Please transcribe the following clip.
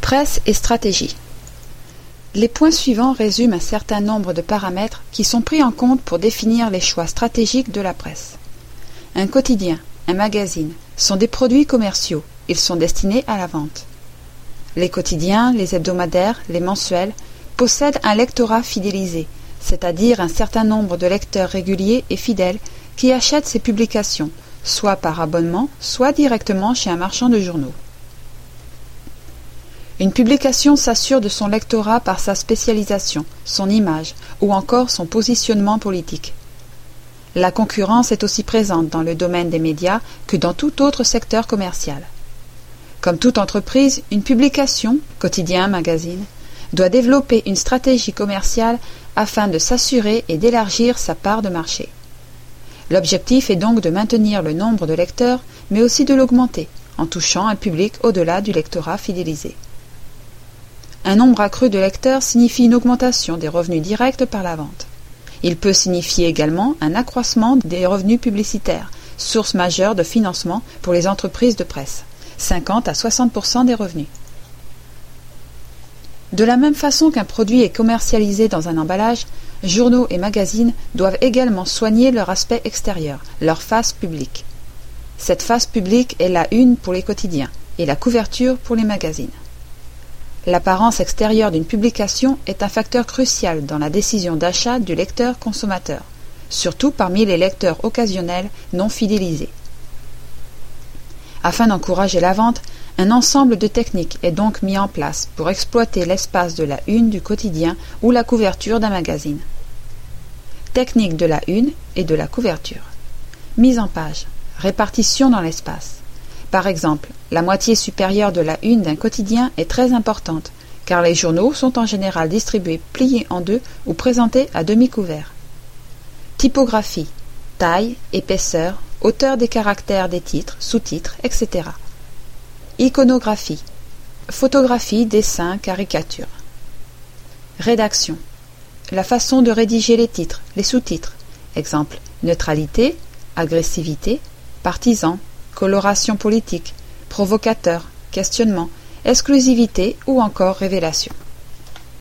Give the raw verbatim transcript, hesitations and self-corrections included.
Presse et stratégie. Les points suivants résument un certain nombre de paramètres qui sont pris en compte pour définir les choix stratégiques de la presse. Un quotidien, un magazine, sont des produits commerciaux, ils sont destinés à la vente. Les quotidiens, les hebdomadaires, les mensuels possèdent un lectorat fidélisé, c'est-à-dire un certain nombre de lecteurs réguliers et fidèles qui achètent ces publications, soit par abonnement, soit directement chez un marchand de journaux. Une publication s'assure de son lectorat par sa spécialisation, son image ou encore son positionnement politique. La concurrence est aussi présente dans le domaine des médias que dans tout autre secteur commercial. Comme toute entreprise, une publication, quotidien, magazine, doit développer une stratégie commerciale afin de s'assurer et d'élargir sa part de marché. L'objectif est donc de maintenir le nombre de lecteurs, mais aussi de l'augmenter, en touchant un public au-delà du lectorat fidélisé. Un nombre accru de lecteurs signifie une augmentation des revenus directs par la vente. Il peut signifier également un accroissement des revenus publicitaires, source majeure de financement pour les entreprises de presse, cinquante à soixante pour cent des revenus. De la même façon qu'un produit est commercialisé dans un emballage, journaux et magazines doivent également soigner leur aspect extérieur, leur face publique. Cette face publique est la une pour les quotidiens et la couverture pour les magazines. L'apparence extérieure d'une publication est un facteur crucial dans la décision d'achat du lecteur-consommateur, surtout parmi les lecteurs occasionnels non fidélisés. Afin d'encourager la vente, un ensemble de techniques est donc mis en place pour exploiter l'espace de la une du quotidien ou la couverture d'un magazine. Technique de la une et de la couverture. Mise en page. Répartition dans l'espace. Par exemple, la moitié supérieure de la une d'un quotidien est très importante, car les journaux sont en général distribués pliés en deux ou présentés à demi-couvert. Typographie, taille, épaisseur, hauteur des caractères des titres, sous-titres, et cetera. Iconographie, photographie, dessin, caricature. Rédaction, la façon de rédiger les titres, les sous-titres. Exemple, neutralité, agressivité, partisan, coloration politique, provocateur, questionnement, exclusivité ou encore révélation.